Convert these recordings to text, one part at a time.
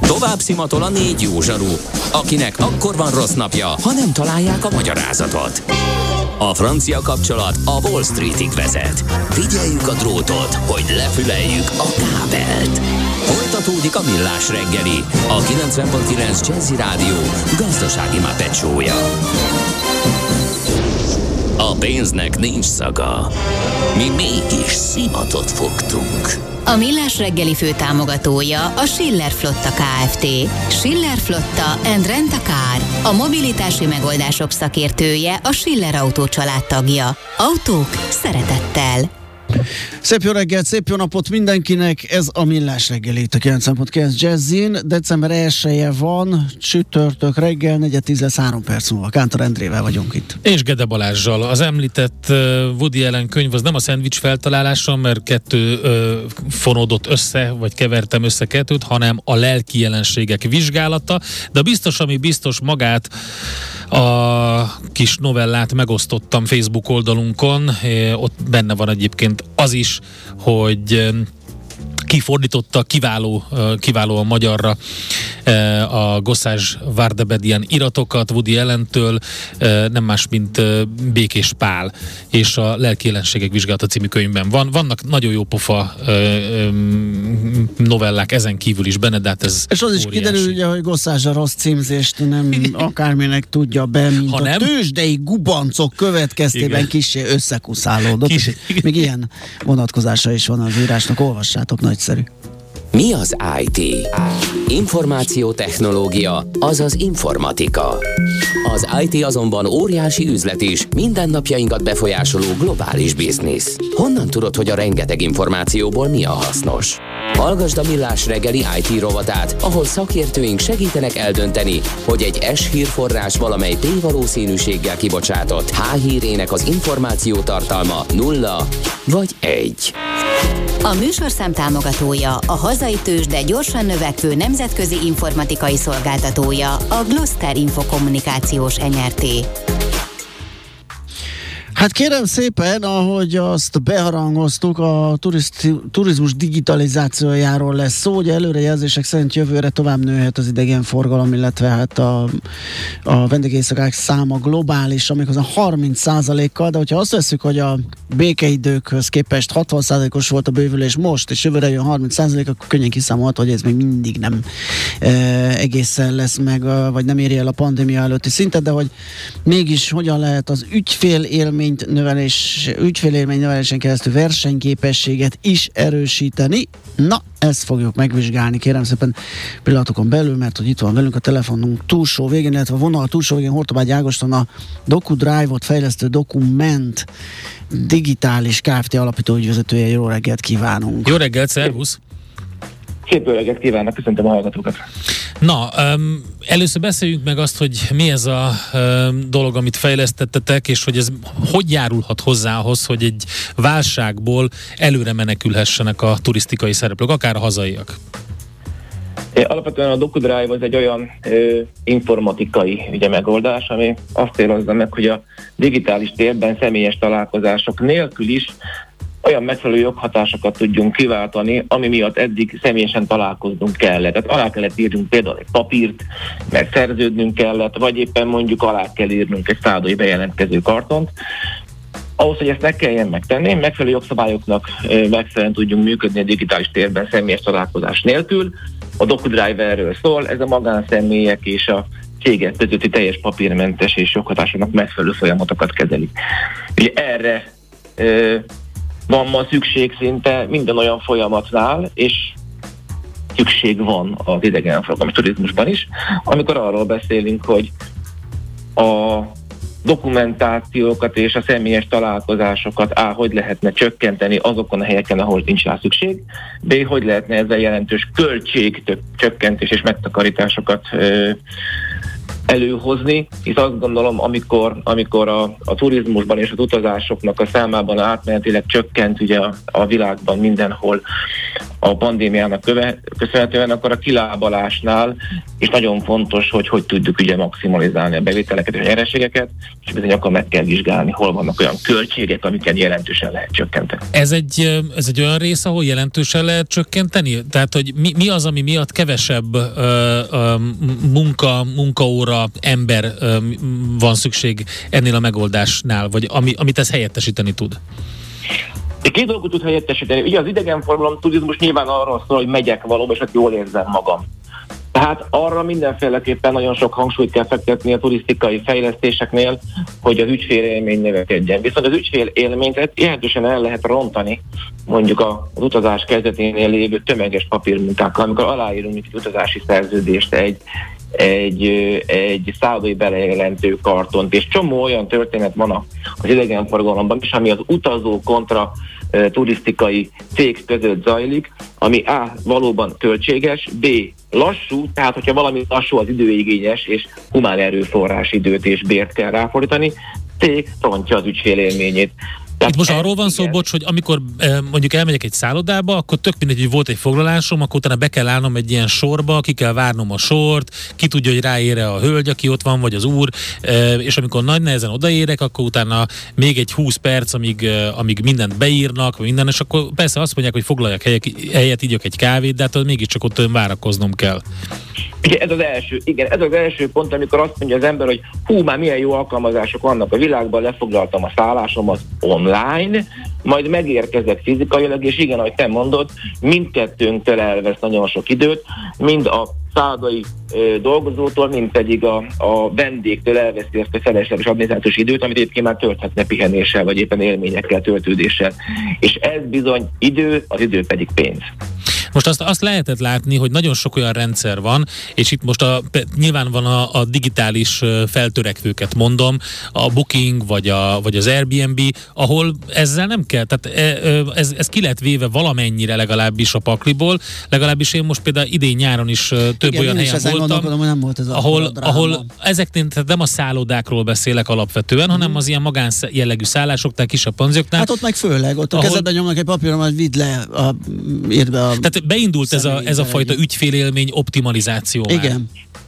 Tovább szimatol a 4 jó zsaru, akinek akkor van rossz napja, ha nem találják a magyarázatot. A francia kapcsolat a Wall Streetig vezet. Figyeljük a drótot, hogy lefüleljük a kábelt. Folytatódik a Millás reggeli, a 90.9 Jazzy Rádió gazdasági Muppet show-ja. A pénznek nincs szaga. Mi mégis szimatot fogtunk. A Millás reggeli főtámogatója a Schiller Flotta Kft. Schiller Flotta and Rent a Car. A mobilitási megoldások szakértője, a Schiller Autó család tagja. Autók szeretettel. Szép jó reggelt, szép jó napot mindenkinek, ez a Millás reggeli itt a 90.9 Jazzin. December 1-je van, csütörtök reggel, 4:10 lesz 3 perc múlva. Kántor Endrével vagyunk itt. És Gede Balázssal. Az említett Woody Allen könyv az nem a szendvics feltalálása, mert kettő fonódott össze, vagy kevertem össze kettőt, hanem a lelki jelenségek vizsgálata, de biztos, ami biztos, magát a kis novellát megosztottam Facebook oldalunkon, ott benne van egyébként az is, hogy kifordította kiválóan magyarra a Gosszás Vardebedian iratokat Woody Allentől, nem más, mint Békés Pál, és a Lelki jelenségek vizsgálata című könyvben vannak nagyon jó pofa novellák ezen kívül is benne, de hát ez és az is óriási. kiderül, ugye, hogy Gosszás a rossz címzést nem akárminek tudja be, mint a tőzsdei gubancok következtében kissé összekuszálódott. Még ilyen vonatkozása is van az írásnak, olvassátok, nagyszerű. Mi az IT? Információtechnológia, azaz informatika. Az IT azonban óriási üzlet is, mindennapjainkat befolyásoló globális biznisz. Honnan tudod, hogy a rengeteg információból mi a hasznos? Hallgasd a Millás reggeli IT rovatát, ahol szakértőink segítenek eldönteni, hogy egy S-hírforrás valamely P-valószínűséggel kibocsátott H-hírének az információ tartalma 0 vagy 1. A műsorszám támogatója, a hazai tőzsde gyorsan növekvő nemzetközi informatikai szolgáltatója, a Gloster Infokommunikációs Nrt. Hát kérem szépen, ahogy azt beharangoztuk, a turizmus digitalizációjáról lesz szó, ugye előrejelzések szerint jövőre tovább nőhet az idegenforgalom, illetve hát a vendégészakák száma globális, méghozzá 30%-kal, de hogyha azt veszük, hogy a békeidőkhöz képest 60%-os volt a bővülés most, és jövőre jön 30%, akkor könnyen kiszámolható, hogy ez még mindig nem egészen lesz meg, vagy nem éri el a pandémia előtti szintet, de hogy mégis hogyan lehet az ügyfélélmény növelésen keresztül versenyképességet is erősíteni. Na, ezt fogjuk megvizsgálni, kérem szépen pillanatokon belül, mert hogy itt van velünk a telefonunk túlsó végén, illetve a vonal túlsó végén Hortobágy Ágoston, a DocuDrive-ot fejlesztő Document digitális Kft. Alapító ügyvezetője. Jó reggelt kívánunk! Jó reggelt, szervusz! Szép jó reggelt kívánok, köszöntöm a hallgatókat! Na, először beszéljünk meg azt, hogy mi ez a dolog, amit fejlesztettetek, és hogy ez hogy járulhat hozzá ahhoz, hogy egy válságból előre menekülhessenek a turisztikai szereplők, akár a hazaiak. Alapvetően a DocuDrive az egy olyan informatikai megoldás, ami azt célozza meg, hogy a digitális térben személyes találkozások nélkül is olyan megfelelő joghatásokat tudjunk kiváltani, ami miatt eddig személyesen találkoznunk kellett. Tehát alá kellett írnunk például egy papírt, mert szerződnünk kellett, vagy éppen mondjuk alá kell írnunk egy szádói bejelentkező kartont. Ahhoz, hogy ezt ne kelljen megtenni, megfelelő jogszabályoknak megfelelően tudjunk működni a digitális térben személyes találkozás nélkül. A DocuDrive erről szól, ez a magánszemélyek és a cégek közötti teljes papírmentes és joghatásoknak megfelelő folyamatokat kezeli. Ugye erre van ma szükség szinte minden olyan folyamatnál, és szükség van az idegenforgalmi turizmusban is, amikor arról beszélünk, hogy a dokumentációkat és a személyes találkozásokat hogy lehetne csökkenteni azokon a helyeken, ahol nincs rá szükség, hogy lehetne ezzel jelentős költségcsökkentés és megtakarításokat előhozni, hisz azt gondolom, amikor a turizmusban és az utazásoknak a számában átmenetileg csökkent ugye a világban mindenhol a pandémiának köszönhetően, akkor a kilábalásnál is nagyon fontos, hogy tudjuk ugye maximalizálni a bevételeket és a nyereségeket, és bizony akkor meg kell vizsgálni, hol vannak olyan költségek, amiket jelentősen lehet csökkenteni. Ez egy olyan rész, ahol jelentősen lehet csökkenteni? Tehát, hogy mi az, ami miatt kevesebb munkaóra ember van szükség ennél a megoldásnál, vagy amit ez helyettesíteni tud? Két dolgot tud helyettesíteni. Ugye az idegenforgalom turizmus nyilván arról szól, hogy megyek valóban, és ott jól érzem magam. Tehát arra mindenféleképpen nagyon sok hangsúlyt kell fektetni a turisztikai fejlesztéseknél, hogy az ügyfélélmény növekedjen. Viszont az ügyfélélményt jelentősen el lehet rontani, mondjuk az utazás kezdeténél lévő tömeges papírmunkákkal, amikor aláírunk egy utazási szerződést, egy szállodai belejelentő kartont, és csomó olyan történet van az idegenforgalomban is, ami az utazó kontra turisztikai cég között zajlik, ami A. valóban költséges, B. lassú, tehát hogyha valami lassú, az időigényes, és humán erőforrás időt és bért kell ráfordítani, C. rontja az ügyfélélményét. Itt most arról van szó, bocs, hogy amikor mondjuk elmegyek egy szállodába, akkor tök mindegy, hogy volt egy foglalásom, akkor utána be kell állnom egy ilyen sorba, ki kell várnom a sort, ki tudja, hogy ráér-e a hölgy, aki ott van, vagy az úr, és amikor nagy nehezen odaérek, akkor utána még egy 20 perc, amíg mindent beírnak, vagy minden, és akkor persze azt mondják, hogy foglaljak helyet, ígyok egy kávét, de hát mégiscsak ott várakoznom kell. Ugye ez az első pont, amikor azt mondja az ember, hogy már milyen jó alkalmazások vannak a világban, lefoglaltam a szállásomat online, majd megérkezek fizikailag, és igen, ahogy te mondod, mindkettőnktől elvesz nagyon sok időt, mind a szállodai dolgozótól, mind pedig a vendégtől elveszi ezt a felesleges adminisztrációs időt, amit egyébként már tölthetne pihenéssel, vagy éppen élményekkel, töltődéssel. És ez bizony idő, az idő pedig pénz. Most azt lehetett látni, hogy nagyon sok olyan rendszer van, és itt most nyilván van a digitális feltörekvőket mondom, a Booking vagy az Airbnb, ahol ezzel nem kell, tehát ez ki lett véve valamennyire legalábbis a pakliból, legalábbis én most például idén nyáron is több olyan helyen voltam, hogy nem volt ez ahol ezeknél nem a szállodákról beszélek alapvetően, hanem az ilyen magánjellegű szállásoknál, kisebb panzióknál. Hát ott meg főleg, ott a kezedben nyomnak egy papíron, majd vidd le, írd be a... Tehát beindult ez a fajta ügyfélélmény optimalizáció már. Igen.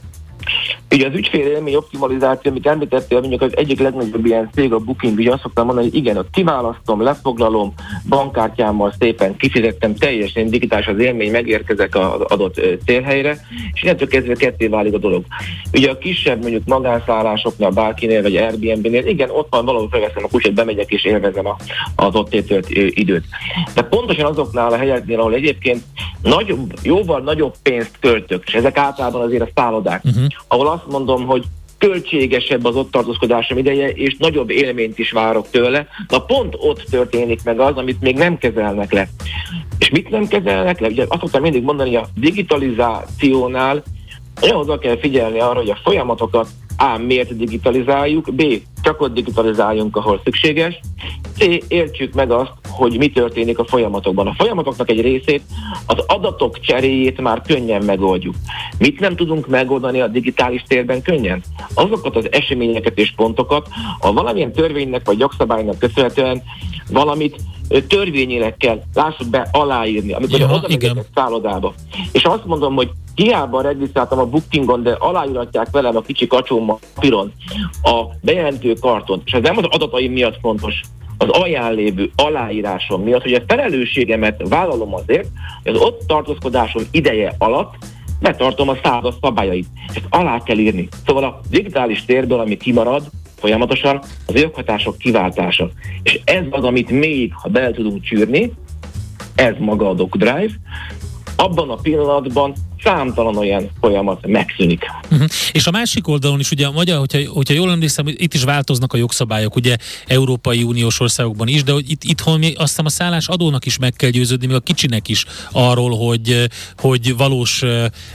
Ugye az ügyfélélmény optimalizáció, amit említettél, mondjuk az egyik legnagyobb ilyen cég, a Booking, ugye azt szoktam mondani, hogy igen, ott kiválasztom, lefoglalom, bankkártyámmal szépen kifizettem, teljesen digitális az élmény, megérkezek az adott célhelyre, és innentől kezdve ketté válik a dolog. Ugye a kisebb mondjuk magánszállásoknál, bárkinél, vagy Airbnb-nél, igen, ott van valahol felveszem a kutyát, bemegyek és élvezem az ott töltött időt. De pontosan azoknál a helyeknél, ahol egyébként jóval nagyobb pénzt költök, és ezek általában azért a szállodák, ahol azt mondom, hogy költségesebb az ott tartózkodásom ideje, és nagyobb élményt is várok tőle. Na pont ott történik meg az, amit még nem kezelnek le. És mit nem kezelnek le? Ugye azt szoktam mindig mondani, hogy a digitalizációnál nagyon oda kell figyelni arra, hogy a folyamatokat A. miért digitalizáljuk, B. csak ott digitalizáljunk, ahol szükséges, C. értsük meg azt, hogy mi történik a folyamatokban. A folyamatoknak egy részét, az adatok cseréjét már könnyen megoldjuk. Mit nem tudunk megoldani a digitális térben könnyen? Azokat az eseményeket és pontokat, a valamilyen törvénynek vagy jogszabálynak köszönhetően valamit törvényileg kell, lássuk be, aláírni, amikor oda megyek egy szállodába. És azt mondom, hogy hiába regisztráltam a Bookingon, de aláíratják velem a kicsi kacsómmal papíron a bejelentő karton, és ez nem az adataim miatt fontos, az alján lévő aláírásom miatt, hogy a felelősségemet vállalom azért, hogy az ott tartózkodásom ideje alatt betartom a szálloda szabályait. Ezt alá kell írni. Szóval a digitális térből, ami kimarad, folyamatosan az joghatások kiváltása. És ez az, amit még, ha bele tudunk csűrni, ez maga a DocuDrive, abban a pillanatban számtalan olyan folyamat megszűnik. És a másik oldalon is, ugye a magyar, hogyha jól emlékszem, itt is változnak a jogszabályok, ugye Európai Uniós országokban is, de hogy itthon még azt hiszem a szállás adónak is meg kell győződni, még a kicsinek is arról, hogy valós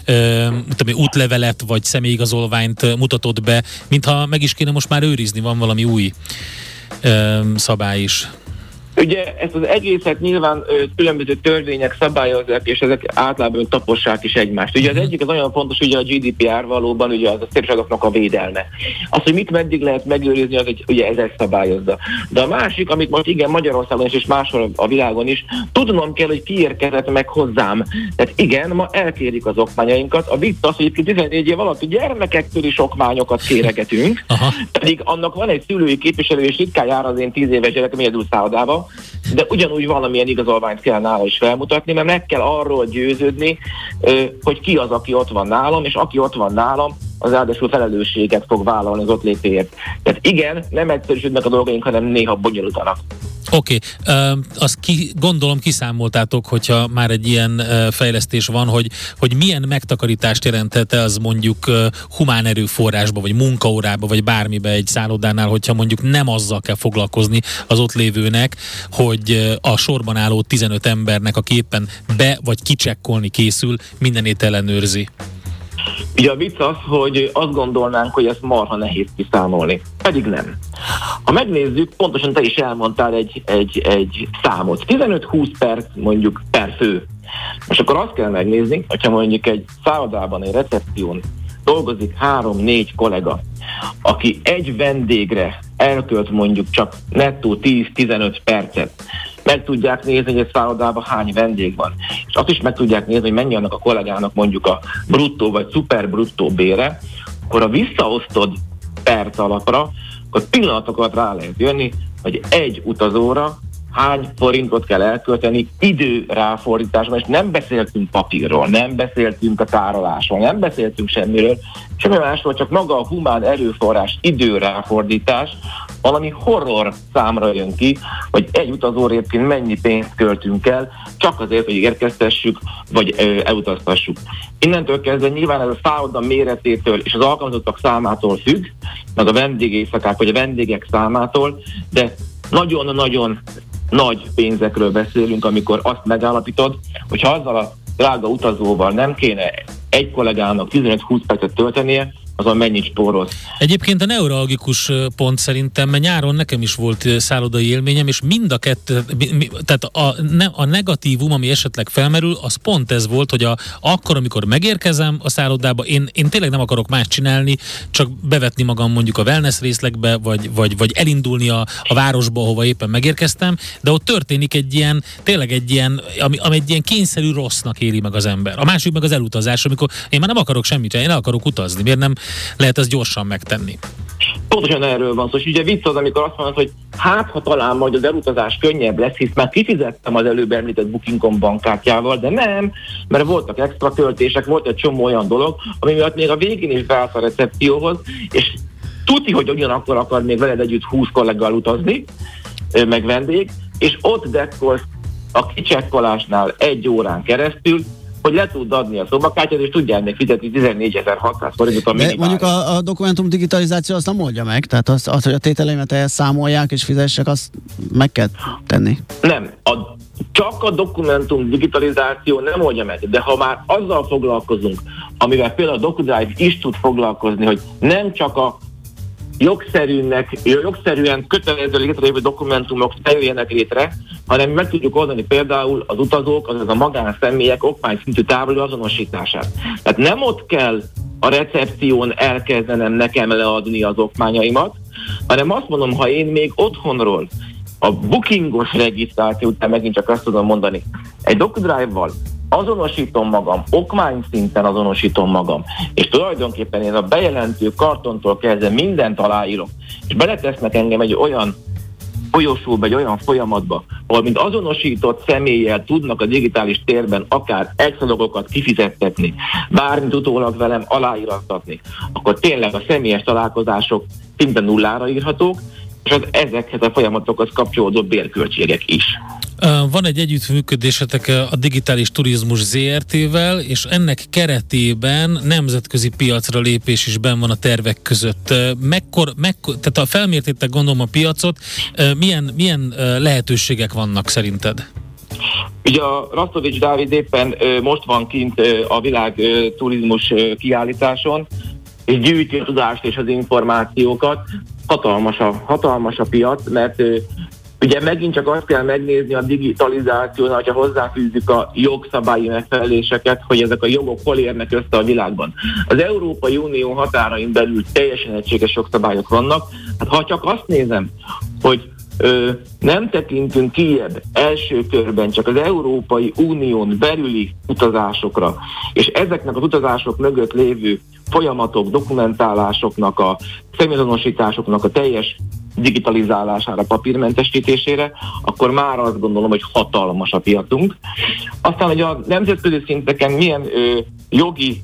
útlevelet vagy személyigazolványt mutatott be, mintha meg is kéne most már őrizni, van valami új szabály is. Ugye ezt az egészet nyilván különböző törvények szabályozzák, és ezek általában tapossák is egymást. Ugye az egyik az olyan fontos, ugye a GDPR valóban, ugye az a személyes adatoknak a védelme. Az, hogy mit meddig lehet megőrizni, az ugye ezek szabályozza. De a másik, amit most igen Magyarországon is és máshol a világon is, tudnom kell, hogy ki érkezett meg hozzám. Tehát igen, ma elkérik az okmányainkat. A vicc az, hogy 14 év alatt gyermekektől is okmányokat kéregetünk, pedig annak van egy szülői képviselő, és ritkán jár az én 10 éves gyerekem egyedül szállodába, de ugyanúgy valamilyen igazolványt kell nála is felmutatni, mert meg kell arról győződni, hogy ki az, aki ott van nálam, és aki ott van nálam, az ráadásul felelősséget fog vállalni az ott létéért. Tehát igen, nem egyszerűsödnek a dolgaink, hanem néha bonyolultanak. Oké, azt gondolom kiszámoltátok, hogyha már egy ilyen fejlesztés van, hogy milyen megtakarítást jelentette az mondjuk humán erőforrásba, vagy munkaórába, vagy bármibe egy szállodánál, hogyha mondjuk nem azzal kell foglalkozni az ott lévőnek, hogy a sorban álló 15 embernek, aki éppen be vagy kicsekkolni készül, mindenét ellenőrzi. Ugye a vicc az, hogy azt gondolnánk, hogy ezt marha nehéz kiszámolni. Pedig nem. Ha megnézzük, pontosan te is elmondtál egy számot. 15-20 perc mondjuk per fő. És akkor azt kell megnézni, hogyha mondjuk egy szállodában, egy recepción dolgozik 3-4 kollega, aki egy vendégre elkölt mondjuk csak nettó 10-15 percet, meg tudják nézni, hogy egy szállodában hány vendég van. És azt is meg tudják nézni, hogy mennyi annak a kollégának mondjuk a bruttó vagy szuper bruttó bére, akkor ha visszaosztod perc alapra, akkor pillanatokat rá lehet jönni, hogy egy utazóra hány forintot kell elkölteni időráfordításban, és nem beszéltünk papírról, nem beszéltünk a tárolásról, nem beszéltünk semmiről, semmi másról, csak maga a humán erőforrás időráfordítás valami horror számra jön ki, hogy egy utazóra egyébként mennyi pénzt költünk el, csak azért, hogy érkeztessük, vagy elutaztassuk. Innentől kezdve nyilván ez a szálloda méretétől és az alkalmazottak számától függ, meg a vendégészakák vagy a vendégek számától, de nagyon-nagyon nagy pénzekről beszélünk, amikor azt megállapítod, hogy ha azzal a drága utazóval nem kéne egy kollégának 15-20 percet töltenie, azon mennyit spórolsz. Egyébként a neuralgikus pont szerintem, mert nyáron nekem is volt szállodai élményem, és mind a kettő, tehát a negatívum, ami esetleg felmerül, az pont ez volt, hogy akkor, amikor megérkezem a szállodába, én tényleg nem akarok más csinálni, csak bevetni magam mondjuk a wellness részlegbe, vagy elindulni a városba, ahova éppen megérkeztem, de ott történik tényleg egy ilyen, ami egy ilyen kényszerű rossznak éli meg az ember. A másik meg az elutazás, amikor én már nem akarok semmit csinálni, én el akarok utazni. Miért nem lehet ezt gyorsan megtenni? Pontosan erről van szó. És ugye vicc az, amikor azt mondod, hogy ha talán majd az elutazás könnyebb lesz, hisz már kifizettem az előbb említett Booking.com bankkártyával, de nem, mert voltak extra költések, volt egy csomó olyan dolog, ami miatt még a végén is beállt a recepcióhoz, és tudni, hogy ugyanakkor akar még veled együtt 20 kolléggal utazni, meg vendég, és ott dekkolsz a kicsekkolásnál 1 órán keresztül, hogy le tud adni a szobakártyát, és tudjál még fizetni 14.600 forintot a minimálra. Mondjuk a dokumentum digitalizáció azt nem oldja meg? Tehát az hogy a tételeimet elszámolják és fizessek, azt meg kell tenni? Nem. Csak a dokumentum digitalizáció nem oldja meg, de ha már azzal foglalkozunk, amivel például a DocuDrive is tud foglalkozni, hogy nem csak a jogszerűen kötelező létrejövő dokumentumok jöjjenek létre, hanem meg tudjuk oldani például az utazók, azaz a magánszemélyek okmányszintű távoli azonosítását. Tehát nem ott kell a recepción elkezdenem nekem leadni az okmányaimat, hanem azt mondom, ha én még otthonról a bookingos regisztráció után megint csak azt tudom mondani, egy DocuDrive-val azonosítom magam, okmányszinten azonosítom magam, és tulajdonképpen én a bejelentő kartontól kezdve mindent aláírok, és beletesznek engem egy olyan folyosóba, egy olyan folyamatba, ahol mint azonosított személlyel tudnak a digitális térben akár extra dolgokat kifizettetni, bármit utólag velem aláírattatni, akkor tényleg a személyes találkozások szinte nullára írhatók, és az ezekhez a folyamatokhoz kapcsolódó bérköltségek is. Van egy együttműködésetek a Digitális Turizmus ZRT-vel, és ennek keretében nemzetközi piacra lépés is benn van a tervek között. Tehát ha felmértétek gondolom a piacot, milyen lehetőségek vannak szerinted? Ugye a Rastovics Dávid éppen most van kint a világ turizmus kiállításon, és gyűjti a tudást és az információkat. Hatalmas a piac, mert ugye megint csak azt kell megnézni a digitalizációnál, hogyha hozzáfűzzük a jogszabályi megfeleléseket, hogy ezek a jogok hol érnek össze a világban. Az Európai Unió határain belül teljesen egységes jogszabályok vannak. Hát ha csak azt nézem, hogy nem tekintünk kijebb első körben csak az Európai Unión belüli utazásokra, és ezeknek az utazások mögött lévő folyamatok, dokumentálásoknak, a személyazonosításoknak a teljes digitalizálására, papírmentesítésére, akkor már azt gondolom, hogy hatalmas a piacunk. Aztán, hogy a nemzetközi szinteken milyen jogi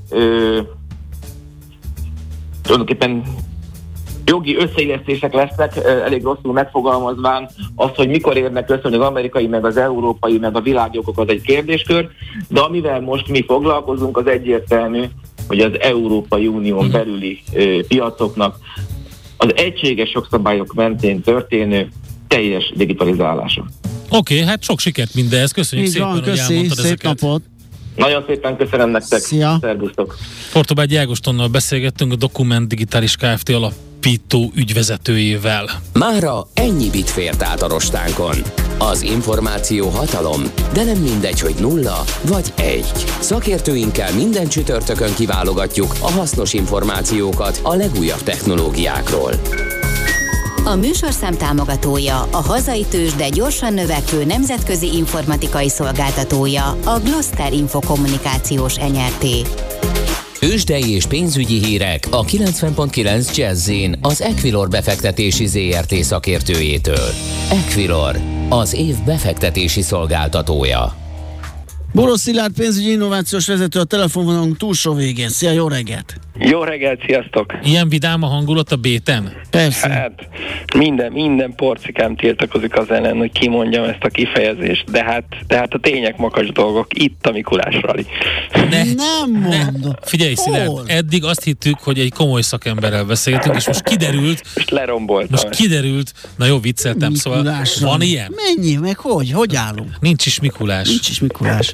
tulajdonképpen jogi összeillesztések lesznek, elég rosszul megfogalmazván az, hogy mikor érnek össze, hogy az amerikai, meg az európai, meg a világjogok, az egy kérdéskör, de amivel most mi foglalkozunk, az egyértelmű, hogy az Európai Unión belüli piacoknak az egységes jogszabályok mentén történő teljes digitalizálása. Oké, hát sok sikert mindenhez, köszönjük szépen, hogy elmondtad szép ezeket. Napot. Nagyon szépen köszönöm nektek. Szia. Szervusztok. Portobágyi Ágostonnal beszélgettünk, a Dokument Digitális Kft. Alapító ügyvezetőjével. Mára ennyi bit fért át a rostánkon. Az információ hatalom, de nem mindegy, hogy 0 vagy 1. Szakértőinkkel minden csütörtökön kiválogatjuk a hasznos információkat a legújabb technológiákról. A műsorszám támogatója, a hazai tőzsde gyorsan növekvő nemzetközi informatikai szolgáltatója, a Gloster Infokommunikációs Nyrt. Tőzsdei és pénzügyi hírek a 90.9 Jazz-in az Equilor befektetési ZRT szakértőjétől. Equilor, az év befektetési szolgáltatója. Boros Szilárd pénzügyi innovációs vezető a telefonvonalunk túlsó végén. Szia, jó reggelt! Jó reggelt, sziasztok! Ilyen vidám a hangulat a béten? Persze. Hát minden porcikám tiltakozik az ellen, hogy kimondjam ezt a kifejezést, de hát a tények makacs dolgok, itt a Mikulás rali. Nem mondom. Figyelj, Szilárd, eddig azt hittük, hogy egy komoly szakemberrel beszélgetünk, és most kiderült, Leromboltam. na jó, vicceltem, szóval Mikulásra. van ilyen? Mennyi, meg hogy állunk? Nincs is Mikulás. Nincs is Mikulás.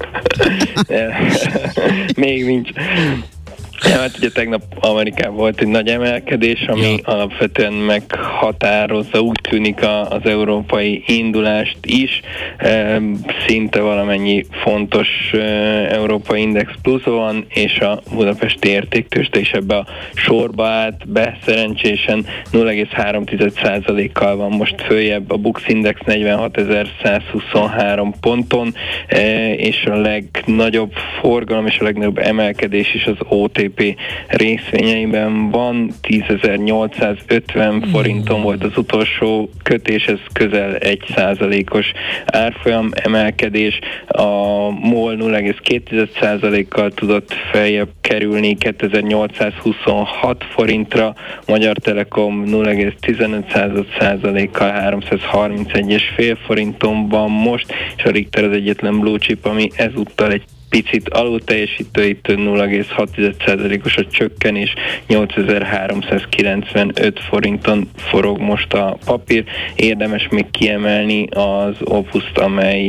Még nincs. Ja, hát ugye tegnap Amerikában volt egy nagy emelkedés, ami alapvetően meghatározza, úgy tűnik az európai indulást is. Szinte valamennyi fontos európai index pluszon van, és a budapesti értéktőzsde is ebbe a sorba állt be. Szerencsésen 0,3%-kal van most följebb a Bux Index 46.123 ponton, és a legnagyobb forgalom és a legnagyobb emelkedés is az OTP részvényeiben van. 10.850 forinton volt az utolsó kötés, ez közel 1%-os árfolyam emelkedés. A MOL 0,2%-kal tudott feljebb kerülni 2826 forintra, Magyar Telekom 0,15%-kal 331,5 forinton van most, és a Richter az egyetlen blue chip, ami ezúttal egy picit alul teljesítő, itt 0,6%-os a csökkenés, 8395 forinton forog most a papír. Érdemes még kiemelni az Opust, amely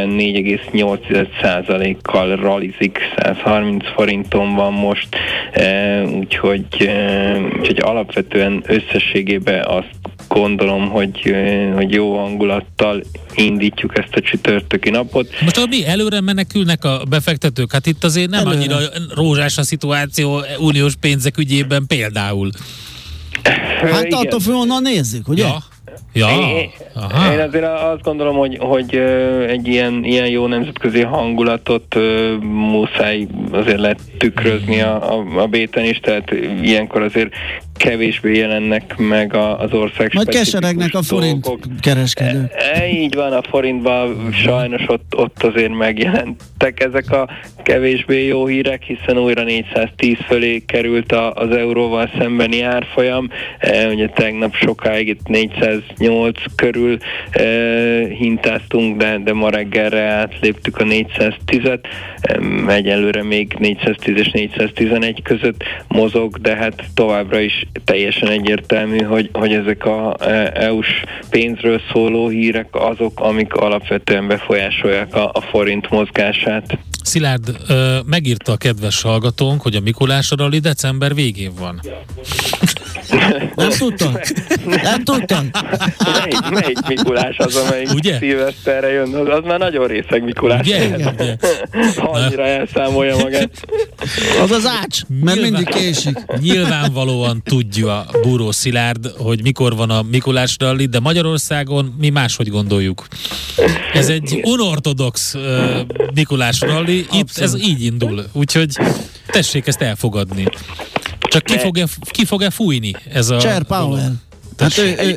4,8%-kal ralizik, 130 forinton van most, úgyhogy alapvetően összességében azt gondolom, hogy jó hangulattal indítjuk ezt a csütörtöki napot. Most mi előre menekülnek a befektetők? Hát itt azért nem annyira rózsás a szituáció uniós pénzek ügyében például. Hát attól függ, onnan nézzük, ugye? Ja. Én azért azt gondolom, hogy egy ilyen jó nemzetközi hangulatot muszáj azért lehet tükrözni a béten is, tehát ilyenkor azért kevésbé jelennek meg az ország majd keseregnek a forint kereskedők. Így van, a forintban sajnos ott azért megjelentek ezek a kevésbé jó hírek, hiszen újra 410 fölé került az euróval szembeni árfolyam. Ugye tegnap sokáig itt 408 körül hintáztunk, de ma reggelre átléptük a 410-et. Egyelőre még 410 és 411 között mozog, de hát továbbra is teljesen egyértelmű, hogy ezek a EU-s pénzről szóló hírek azok, amik alapvetően befolyásolják a forint mozgását. Szilárd, megírta a kedves hallgatónk, hogy a Mikulás rali december végén van. Nem tudtad? Nem tudtad? Melyik Mikulás az, amelyik Ugye? szilveszterre jön? Az már nagyon részeg Mikulás. Ugye? Ha annyira elszámolja magát. Az az ács, mert mindig késik. Nyilvánvalóan tudja a Búró Szilárd, hogy mikor van a Mikulás ralli, de Magyarországon mi máshogy gondoljuk. Ez egy unortodox Mikulás ralli, itt ez így indul, úgyhogy tessék ezt elfogadni. Csak ki fog-e fújni ez a... Chair Powell. Hát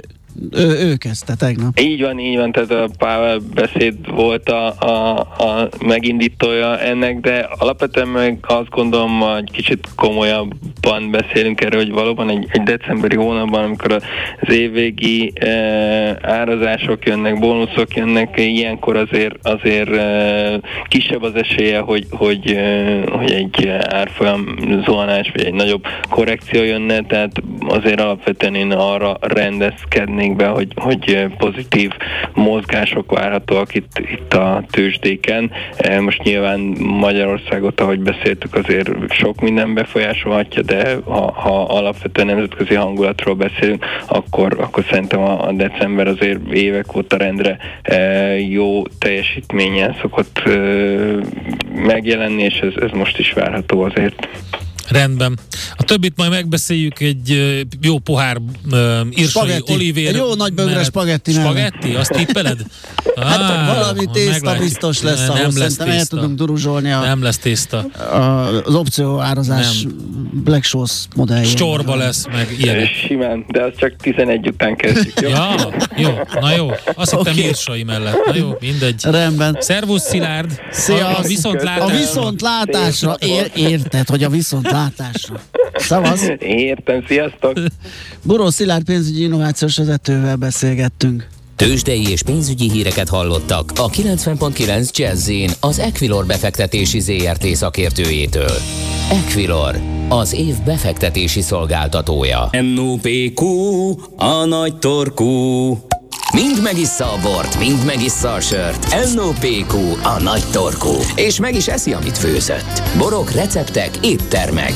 ő kezdte tegnap. Így van, tehát a Powell beszéd volt a megindítója ennek, de alapvetően meg azt gondolom, hogy kicsit komolyabban beszélünk erről, hogy valóban egy decemberi hónapban, amikor az évvégi árazások jönnek, bónuszok jönnek, ilyenkor azért kisebb az esélye, hogy egy árfolyam zuhanás, vagy egy nagyobb korrekció jönne, tehát azért alapvetően én arra rendezkednék be, hogy pozitív mozgások várhatóak itt a tőzsdéken. Most nyilván Magyarországot, ahogy beszéltük, azért sok minden befolyásolhatja, de ha alapvetően nemzetközi hangulatról beszélünk, akkor szerintem a december azért évek óta rendre jó teljesítményen szokott megjelenni, és ez most is várható azért. Rendben. A többit majd megbeszéljük egy jó pohár írsai olivér. Egy jó nagy bögre spagetti. Spagetti? Azt tippeled? Hát valami tészta biztos lesz, ahol szerintem el tudunk duruzsolni nem lesz tészta. Az opció árazás Black Shoes modelljén. Csorba lesz, meg ilyenek. Simán, de az csak 11 után kezdjük, jó? Ja, jó, na jó. Azt hittem írsai mellett. Na jó, mindegy. Rendben. Szervusz, Szilárd. Szia. A viszontlátásra. A viszontlátásra. Érted, hogy a viszontlátásra. Szavasz. Értem, sziasztok. Búró Szilárd pénzügyi innovációs vezetővel beszélgettünk. Tőzsdei és pénzügyi híreket hallottak a 90.9 Jazz-in az Equilor befektetési ZRT szakértőjétől. Equilor, az év befektetési szolgáltatója. NOPQ, a nagy torkú. Mind megissza a bort, mind megissza a sört. NOPQ, a nagy torkú. És meg is eszi, amit főzött. Borok, receptek, éttermek.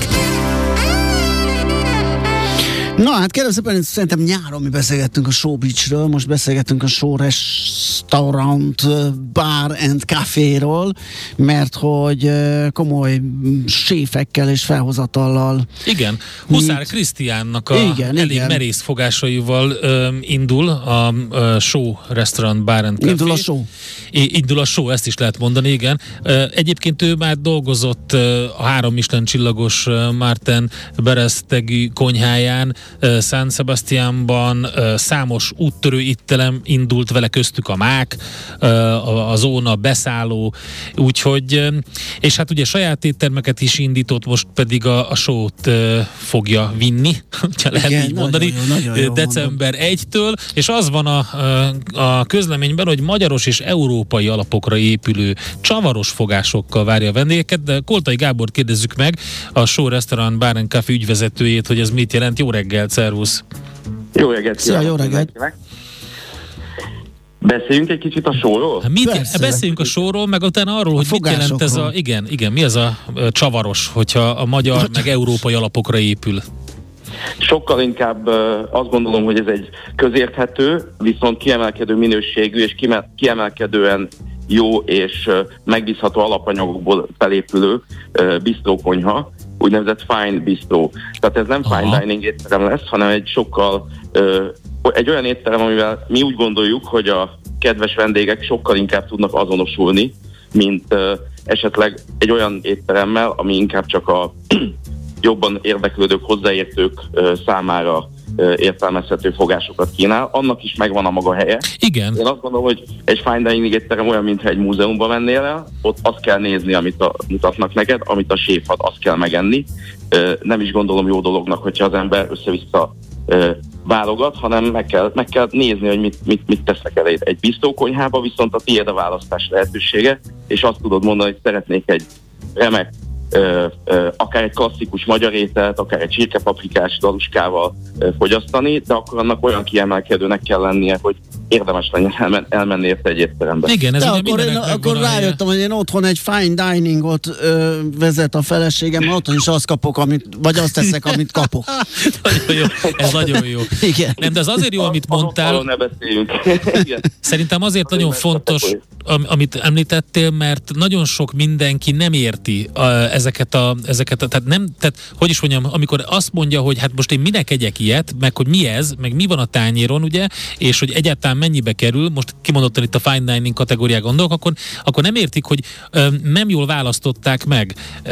Na hát kérem szépen, szerintem nyáron mi beszélgettünk a Show Beachről, most beszélgettünk a Show Restaurant, Bar and Caféról, mert hogy komoly séfekkel és felhozatallal. Igen, Huszár Krisztiánnak a elég merész fogásaival indul a Show Restaurant, Bar and Café. Indul a show. Indul a show, ezt is lehet mondani, igen. Egyébként ő már dolgozott a 3 Michelin csillagos Martin Berestegű konyháján, San Sebastianban, számos úttörő ittelem indult vele, köztük a Mák, a Zóna, Beszálló, úgyhogy, és hát ugye saját éttermeket is indított, most pedig a show-t fogja vinni, ha lehet így mondani, nagyon december 1-től, és az van a közleményben, hogy magyaros és európai alapokra épülő csavaros fogásokkal várja a vendégeket, de Koltai Gábort kérdezzük meg, a Show Restaurant Bar and Café ügyvezetőjét, hogy ez mit jelent. Jó reggelt, szervusz! Jó reggelt! Szia, jó reggelt! Beszéljünk egy kicsit a showról? Beszéljünk a showról, meg utána arról, hogy mit jelent ez a... Igen, mi az a csavaros, hogyha a magyar meg európai alapokra épül? Sokkal inkább azt gondolom, hogy ez egy közérthető, viszont kiemelkedő minőségű és kiemelkedően jó és megbízható alapanyagokból felépülő bistrókonyha, úgynevezett fine bistro. Tehát ez nem fine dining étterem lesz, hanem egy sokkal egy olyan étterem, amivel mi úgy gondoljuk, hogy a kedves vendégek sokkal inkább tudnak azonosulni, mint esetleg egy olyan étteremmel, ami inkább csak a jobban érdeklődők, hozzáértők számára értelmezhető fogásokat kínál. Annak is megvan a maga helye. Igen. Én azt gondolom, hogy egy fine dining étterem olyan, mintha egy múzeumban mennél el, ott azt kell nézni, amit mutatnak neked, amit a séf ad, azt kell megenni. Nem is gondolom jó dolognak, hogyha az ember össze-vissza válogat, hanem meg kell nézni, hogy mit tesznek el egy bistrókonyhába, viszont a tiéd a választás lehetősége, és azt tudod mondani, hogy szeretnék egy remek, akár egy klasszikus magyar ételt, akár egy csirkepaprikás daluskával fogyasztani, de akkor annak olyan kiemelkedőnek kell lennie, hogy érdemes lenne elmenni érte egy étterembe. Igen, ez akkor rájöttem, hogy én otthon egy fine diningot vezet a feleségem, otthon is azt kapok, vagy azt teszek, amit kapok. Nagyon jó, ez nagyon jó. Igen. Nem, de az azért jó, amit mondtál. Ne beszéljünk. Szerintem azért nagyon fontos, amit említettél, mert nagyon sok mindenki nem érti ezeket, tehát hogy is mondjam, amikor azt mondja, hogy hát most én minek egyek ilyet, meg hogy mi ez, meg mi van a tányéron, ugye, és hogy egyáltalán mennyibe kerül, most kimondottan itt a fine dining kategóriák gondolok, akkor nem értik, hogy nem jól választották meg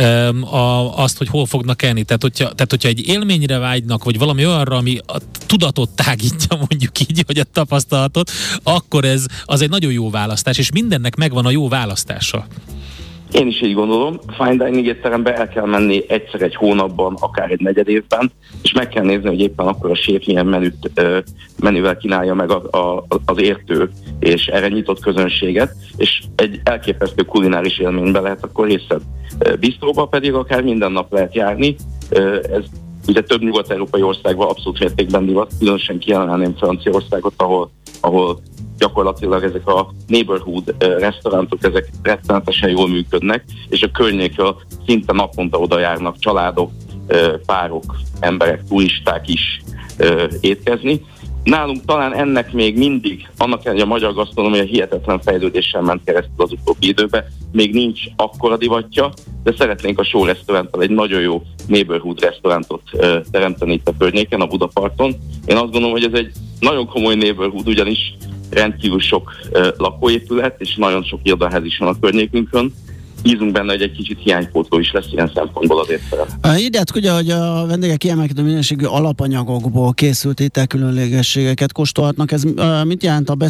azt, hogy hol fognak enni. Tehát, hogyha egy élményre vágynak, vagy valami olyanra, ami a tudatot tágítja, mondjuk így, vagy a tapasztalatot, akkor az egy nagyon jó választás, és mindennek megvan a jó választása. Én is így gondolom, fine dining étterembe el kell menni egyszer egy hónapban, akár egy negyed évben, és meg kell nézni, hogy éppen akkor a séf milyen menüvel kínálja meg az értő és erre nyitott közönséget, és egy elképesztő kulináris élménybe lehet akkor részt. Bistróba pedig akár minden nap lehet járni, ez ugye több nyugat-európai országban abszolút mértékben divat, különösen kiemelném Franciaországot, ahol gyakorlatilag ezek a neighborhood restaurantok, ezek rettenetesen jól működnek, és a környékről szinte naponta oda járnak családok, párok, emberek, turisták is étkezni. Nálunk talán ennek még mindig, annak ellenére, hogy a magyar gasztronómia hihetetlen fejlődéssel ment keresztül az utóbbi időben, még nincs akkora divatja, de szeretnénk a Show restauranttal egy nagyon jó neighborhood restaurantot teremteni itt a környéken, a Budaparton. Én azt gondolom, hogy ez egy nagyon komoly neighborhood, ugyanis rendkívül sok lakóépület, és nagyon sok irodaház is van a környékünkön. Bízunk benne, hogy egy kicsit hiánypótló is lesz ilyen szempontból az étterem. Írjátok ugye, hogy a vendégek kiemelkedő minőségű alapanyagokból készült ételkülönlegességeket kóstolhatnak. Ez mit jelent a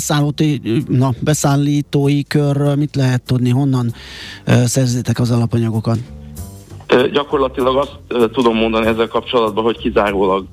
beszállítói körről? Mit lehet tudni? Honnan szerzitek az alapanyagokat? Gyakorlatilag azt tudom mondani ezzel kapcsolatban, hogy kizárólag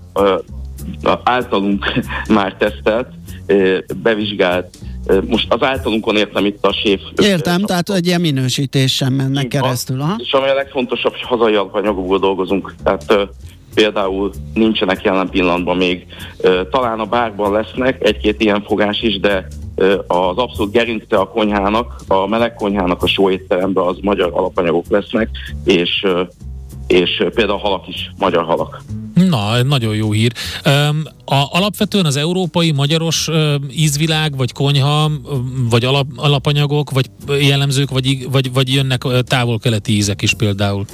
általunk már tesztelt, bevizsgált, most az általunkon értem itt a séf. Értem, tehát egy ilyen minősítésen mennek keresztül. Aha. És ami a legfontosabb, hogy hazai alapanyagokból dolgozunk. Tehát például nincsenek jelen pillanatban még. Talán a bárban lesznek egy-két ilyen fogás is, de az abszolút gerince a konyhának, a meleg konyhának a Show étteremben az magyar alapanyagok lesznek, és például a halak is magyar halak. Na, nagyon jó hír. Alapvetően az európai, magyaros ízvilág, vagy konyha, vagy alapanyagok, vagy jellemzők, vagy jönnek távol-keleti ízek is például?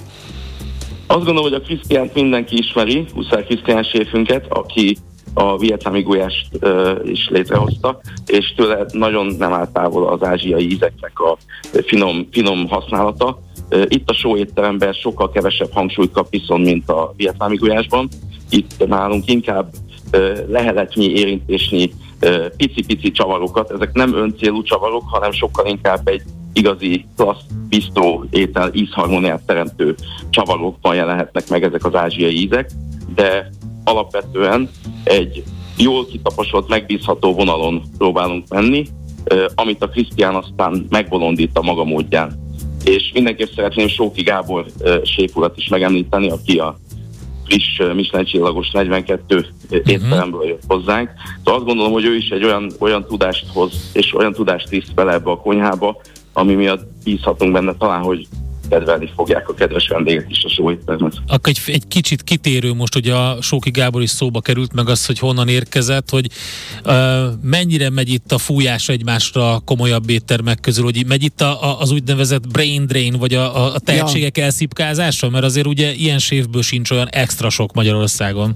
Azt gondolom, hogy a Krisztiánt mindenki ismeri, Huszár Krisztián séfünket, aki a vietnámi gulyást is létrehozta, és tőle nagyon nem áll távol az ázsiai ízeknek a finom használata. Itt a Show étteremben sokkal kevesebb hangsúlyt kap viszont, mint a vietnámi gulyásban. Itt nálunk inkább leheletnyi, érintésnyi, pici-pici csavarokat, ezek nem öncélú csavarok, hanem sokkal inkább egy igazi klassz, bistró étel ízharmóniát teremtő csavarokban jelenhetnek meg ezek az ázsiai ízek, de alapvetően egy jól kitaposolt, megbízható vonalon próbálunk menni, amit a Krisztián aztán megbolondít a maga módján. És mindenképp szeretném Sóki Gábor séf urat is megemlíteni, aki a friss Michelin csillagos 42 étteremből jött hozzánk. De azt gondolom, hogy ő is egy olyan tudást hoz, és olyan tudást visz bele ebbe a konyhába, ami miatt bízhatunk benne talán, hogy kedvelni fogják a kedves vendégek is a Show éttermet. Akkor egy kicsit kitérő most, hogy a Sóki Gábor is szóba került, meg az, hogy honnan érkezett, hogy mennyire megy itt a fújás egymásra komolyabb éttermek közül, hogy megy itt az úgynevezett brain drain, vagy a tehetségek elszipkázása, mert azért ugye ilyen séfből sincs olyan extra sok Magyarországon.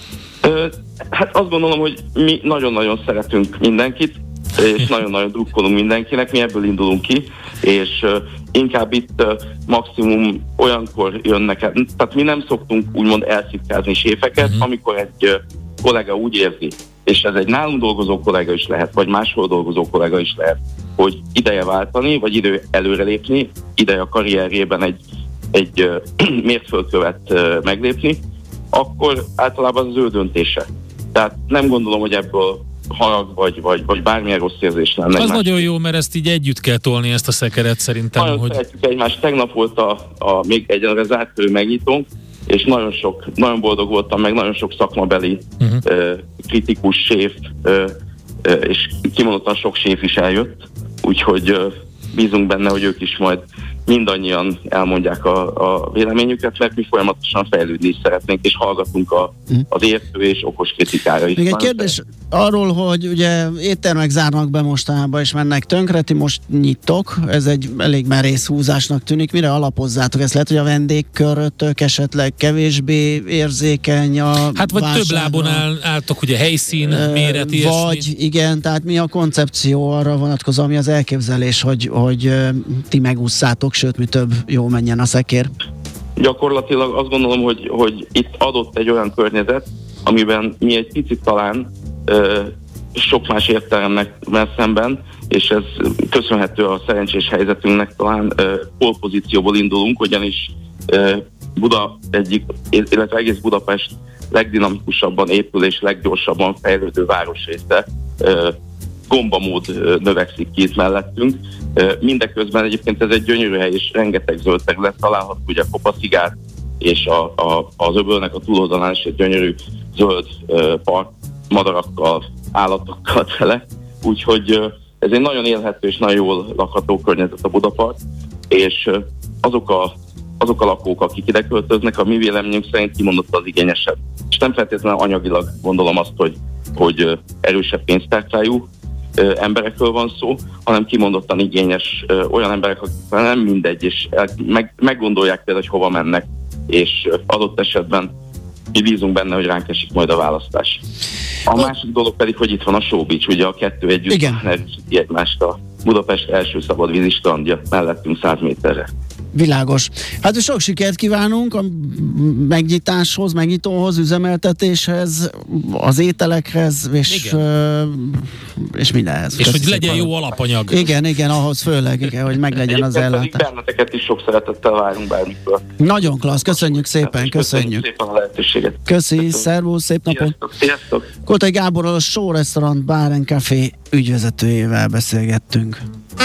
Hát azt gondolom, hogy mi nagyon-nagyon szeretünk mindenkit, és nagyon-nagyon drukkolunk mindenkinek, mi ebből indulunk ki, és inkább itt maximum olyankor jönnek, tehát mi nem szoktunk úgymond elszipkázni séfeket, amikor egy kollega úgy érzi, és ez egy nálunk dolgozó kollega is lehet, vagy máshol dolgozó kollega is lehet, hogy ideje váltani, vagy idő előrelépni, ideje a karrierjében egy mértföldkövet meglépni, akkor általában az ő döntése. Tehát nem gondolom, hogy ebből harag, vagy bármilyen rossz érzés lenne. Az nagyon jó, mert ezt így együtt kell tolni, ezt a szekeret szerintem. Nagyon szeretjük egymást. Tegnap volt a még egyelőre zárt körű megnyitónk, és nagyon boldog voltam, meg nagyon sok szakmabeli kritikus séf és kimondottan sok séf is eljött, úgyhogy bízunk benne, hogy ők is majd mindannyian elmondják a véleményüket, mert mi folyamatosan fejlődni is szeretnénk, és hallgatunk az értő és okos kritikára is. Még egy kérdés arról, hogy ugye éttermek zárnak be mostanában, és mennek tönkre, ti most nyittok, ez egy elég merész húzásnak tűnik, mire alapozzátok? Ez lehet, hogy a vendégkörötök esetleg kevésbé érzékeny a hát vagy válságra. több lábon álltok, ugye helyszín, méret, ilyesmi. Vagy igen, tehát mi a koncepció arra vonatkozó, ami az elképzelés, hogy ti megússzátok, sőt, mi több, jó menjen a szekér? Gyakorlatilag azt gondolom, hogy itt adott egy olyan környezet, amiben mi egy picit talán sok más értelemnek szemben, és ez köszönhető a szerencsés helyzetünknek, talán polpozícióból indulunk, ugyanis Buda egyik, illetve egész Budapest legdinamikusabban épül és leggyorsabban fejlődő városrésze gombamód növekszik ki itt mellettünk. Mindeközben egyébként ez egy gyönyörű hely, és rengeteg zöld terület található, ugye Kopaszigát, és az öbölnek a túloldalán is egy gyönyörű zöld park, madarakkal, állatokkal tele. Úgyhogy ez egy nagyon élhető és nagyon jól lakható környezet a Budapart, és azok a lakók, akik ide költöznek, a mi véleményünk szerint kimondott az igényesebb. És nem feltétlenül anyagilag gondolom azt, hogy erősebb pénztárcájú emberekről van szó, hanem kimondottan igényes olyan emberek, akik nem mindegy, és meggondolják például, hogy hova mennek, és adott esetben mi bízunk benne, hogy ránk esik majd a választás. A másik dolog pedig, hogy itt van a Show Beach, ugye a kettő együtt erősíti egymást, a Budapest első szabadvízi strandja mellettünk 100 méterre. Világos. Hát sok sikert kívánunk a megnyitáshoz, megnyitóhoz, üzemeltetéshez, az ételekhez, és mindenhez. És hogy legyen jó alapanyag. Igen, ahhoz főleg, igen, hogy meglegyen az ellátás. Benneteket is sok szeretettel várunk bármikor. Nagyon klassz, köszönjük szépen, köszönjük szépen a lehetőséget. Köszi, szervusz, szép napot. Sziasztok. Koltai Gáborral, a Show Restaurant Bar & Café ügyvezetőjével beszélgettünk.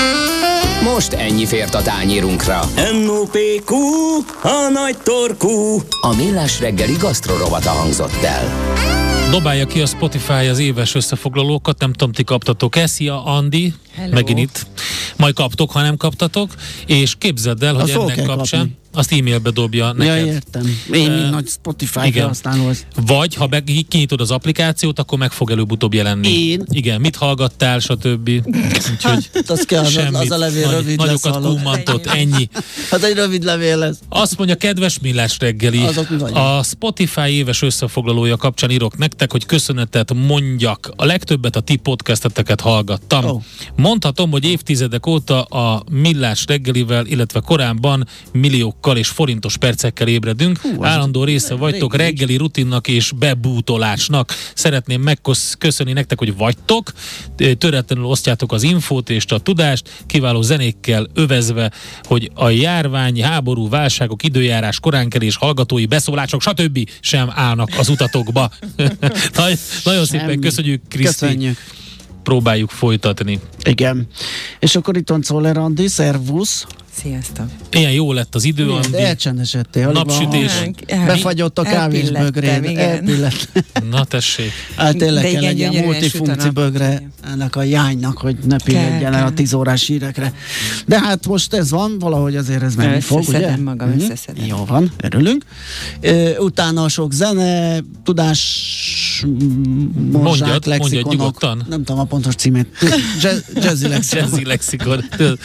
Most ennyi fért a tányérunkra. NOPQ, a nagy torkú. A Millás reggeli gasztrorovata hangzott el. Dobálja ki a Spotify az éves összefoglalókat, nem tudom, ti kaptatok-e? Szia, Andi, hello. Megint itt. Majd kaptok, ha nem kaptatok, és képzeld el, hogy ennek kapcsán kapni. Azt e-mailbe dobja neked. Ja, értem. Én nagy Spotify felhasználó. Vagy, ha kinyitod az applikációt, akkor meg fog előbb-utóbb jelenni. Én? Igen, mit hallgattál, stb. Úgyhogy az kell, az a levél rövid lesz. Nagyokat kúmantott, ennyi. Hát egy rövid levél lesz. Azt mondja, kedves Millás reggeli, a Spotify éves összefoglalója kapcsán írok nektek, hogy köszönetet mondjak. A legtöbbet a ti podcasteteket hallgattam. Oh. Mondhatom, hogy évtizedek óta a Millás reggelivel, illetve korábban milliókkal és forintos percekkel ébredünk. Állandó része vagytok reggeli rutinnak és bebútolásnak. Szeretném megköszönni nektek, hogy vagytok. Töretlenül osztjátok az infót és a tudást, kiváló zenékkel övezve, hogy a járvány, háború, válságok, időjárás, koránkelés, hallgatói beszólások, stb. Sem állnak az utatokba. Nagyon szépen köszönjük, Kriszti. Köszönjük. Próbáljuk folytatni. Igen. És akkor itt van Czoller Andi, szervusz. Sziasztok. Ilyen jó lett az idő, Andi. Elcsendesedtél. Napsütés. Befagyott a kávésbögréd. Elpillett. Na tessék. Hát tényleg kell egy ilyen multifunkci bögre ennek a jánynak, hogy ne pilledjen el a 10 órás hírekre. De hát most ez van, valahogy azért ez menni fog, ugye? Összeszedem magam, összeszedem. Jó van, örülünk. Utána sok zene, tudás mondjad nyugodtan. Nem tudom a pontos címét. Jazzy Lexikon. Jazzy Lexikon.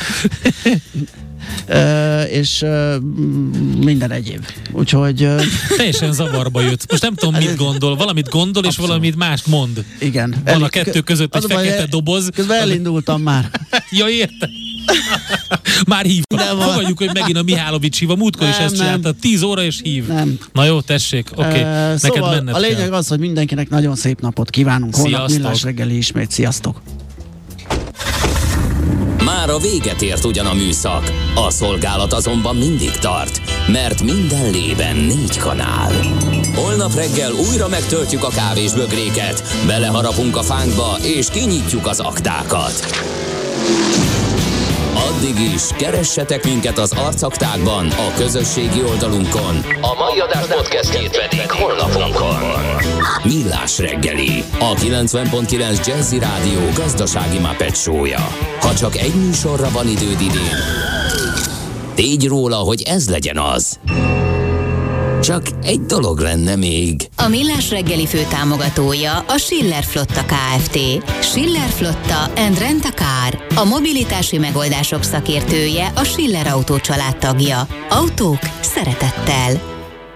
És minden egyéb. Úgyhogy... Teljesen zavarba jött. Most nem tudom, mit gondol. Valamit gondol, és valamit mást mond. Igen. Van a kettő között egy fekete doboz. Közben elindultam már. Ja, értem. Már hívtam. Fogadjuk, hogy megint a Mihálovics hív. A múltkor is ezt csinálta. 10 óra és hív. Nem. Na jó, tessék. Oké. Neked szóval menned a lényeg kell. az, hogy mindenkinek nagyon szép napot kívánunk. Holnap Millás reggeli ismét. Sziasztok! Már a véget ért ugyan a műszak, a szolgálat azonban mindig tart, mert minden lében 4 kanál. Holnap reggel újra megtöltjük a kávésbögréket, beleharapunk a fánkba és kinyitjuk az aktákat. Addig is keressetek minket az arcaktákban, a közösségi oldalunkon. A mai adás podcastjét pedig holnapunkon. Millás reggeli, a 90.9 Jazzy Rádió gazdasági Muppet show-ja. Ha csak egy műsorra van időd idén, tégy róla, hogy ez legyen az. Csak egy dolog lenne még. A Millás reggeli főtámogatója a Schiller Flotta Kft. Schiller Flotta and Rent a Car. A mobilitási megoldások szakértője, a Schiller Autó család tagja. Autók szeretettel.